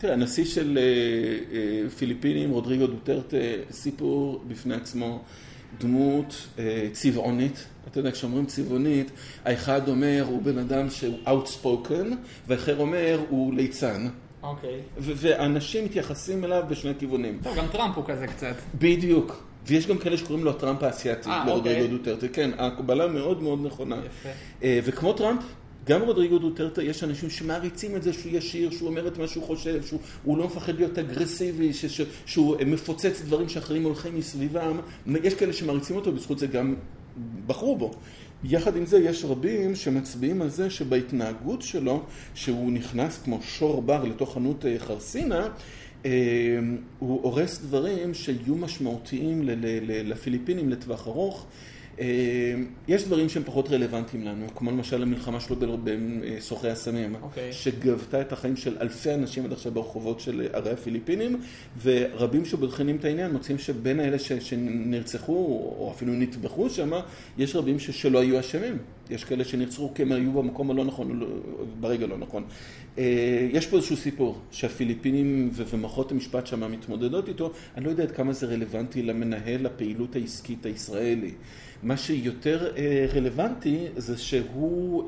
תראה, הנשיא של פיליפינים, רודריגו דוטרטה, סיפור בפני עצמו, דמות צבעונית. אתה יודע, כשאומרים צבעונית, האחד אומר הוא בן אדם שהוא outspoken, והאחר אומר הוא ליצן. אוקיי. ואנשים מתייחסים אליו בשני כיוונים. טוב, גם טראמפ הוא כזה קצת. בדיוק. ויש גם כאלה שקוראים לו הטראמפ האסייתי, לרודריגו דוטרטה. כן, הקבלה מאוד מאוד נכונה. יפה. וכמו טראמפ, גם רודריגו דוטרטה, יש אנשים שמעריצים את זה שהוא ישיר, שהוא אומר את מה שהוא חושב, שהוא לא מפחד להיות אגרסיבי, שהוא מפוצץ דברים שאחרים הולכים מסביבם. יש כאלה שמעריצים אותו, בזכות זה גם בחרו בו. יחד עם זה יש רבים שמצביעים על זה שבהתנהגות שלו, שהוא נכנס כמו שור בר לתוך חנות חרסינה, הוא הורס דברים שיהיו משמעותיים לפיליפינים לטווח ארוך. יש דברים שהם פחות רלוונטיים לנו, כמו למשל המלחמה שלו בסוחרי הסמים, שגבתה את החיים של אלפי אנשים עד עכשיו ברחובות של ערי הפיליפינים, ורבים שבוחנים את העניין מוצאים שבין האלה שנרצחו או אפילו נטבחו שם, יש רבים שלא היו אשמים. יש כאלה שנרצחו כי הם היו במקום הלא נכון, ברגע לא נכון. יש פה איזשהו סיפור שהפיליפינים ומערכות המשפט שם מתמודדות איתו. אני לא יודע עד כמה זה רלוונטי למנהל הפעילות העסקית הישראלי. מה שיותר רלוונטי זה שהוא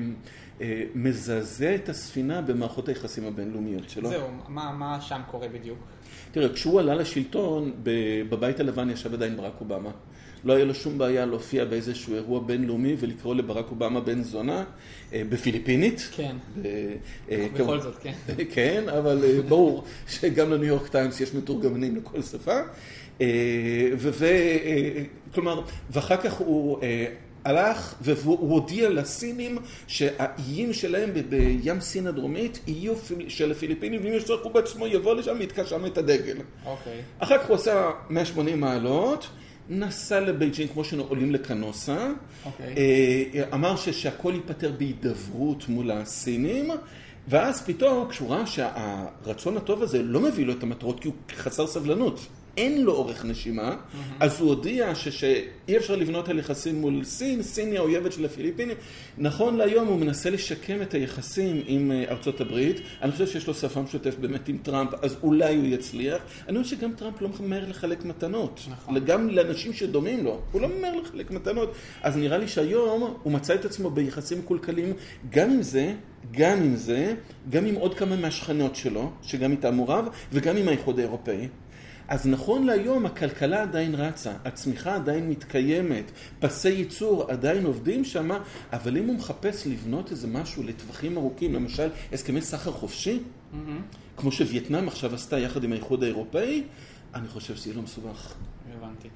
מזעזע את הספינה במערכות היחסים הבינלאומיות שלו. זהו, מה שם קורה בדיוק? תראה, כשהוא עלה לשלטון, בבית הלבן ישב עדיין ברק אובמה. לא היה לו שום בעיה להופיע באיזשהו אירוע בינלאומי ולקרוא לברק אובמה בן זונה בפיליפינית. כן, בכל זאת, כן. כן, אבל ברור שגם לניו יורק טיימס יש מתורגמנים לכל שפה. כלומר, ואחר כך הוא הלך והוא הודיע לסינים שהאיים שלהם בים סין הדרומית יהיו של הפיליפינים, ואם יש צורך הוא בעצמו יבוא לשם ויתקע שם את הדגל. אוקיי. אחר כך הוא עשה 180 מעלות, נסע לבייג'ינג כמו שעולים לקנוסה, אמר שהכל ייפטר בהידברות מול הסינים, ואז פתאום כשהוא ראה שהרצון הטוב הזה לא מביא לו את המטרות כי הוא חסר סבלנות, אין לו אורך נשימה, אז הוא הודיע שאי אפשר לבנות על יחסים מול סין, סין היא האויבת של הפיליפינים. נכון להיום הוא מנסה לשקם את היחסים עם ארצות הברית, אני חושב שיש לו שפה משותף באמת עם טראמפ, אז אולי הוא יצליח. אני חושב שגם טראמפ לא ממהר לחלק מתנות, גם לאנשים שדומים לו, הוא לא ממהר לחלק מתנות. אז נראה לי שהיום הוא מצא את עצמו ביחסים מקולקלים, גם עם עוד כמה מהשכנות שלו, שגם איתם מעורב, וגם עם האיחוד האירופאי. אז נכון להיום הכלכלה עדיין רצה, הצמיחה עדיין מתקיימת, פסי ייצור עדיין עובדים שם, אבל אם הוא מחפש לבנות איזה משהו לטווחים ארוכים, למשל הסכמי סחר חופשי, כמו שווייטנאם עכשיו עשתה יחד עם האיחוד האירופאי, אני חושב שזה לא מסובך. הבנתי.